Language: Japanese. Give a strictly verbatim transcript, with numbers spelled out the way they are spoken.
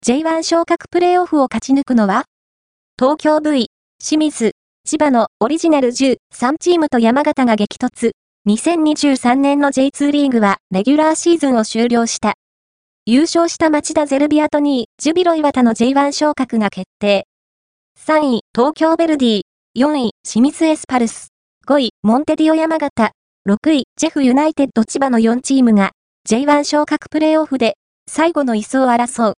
ジェイワン 昇格プレーオフを勝ち抜くのは東京 V、清水、千葉のオリジナルじゅうさんチームと山形が激突。にせんにじゅうさんねんの ジェイツー リーグはレギュラーシーズンを終了した。優勝した町田ゼルビアとにい、ジュビロ磐田の ジェイワン 昇格が決定。さんい、東京ヴェルディ、よんい、清水エスパルス、ごい、モンテディオ山形、ろくい、ジェフユナイテッド千葉のよんチームが ジェイワン 昇格プレーオフで最後の椅子を争う。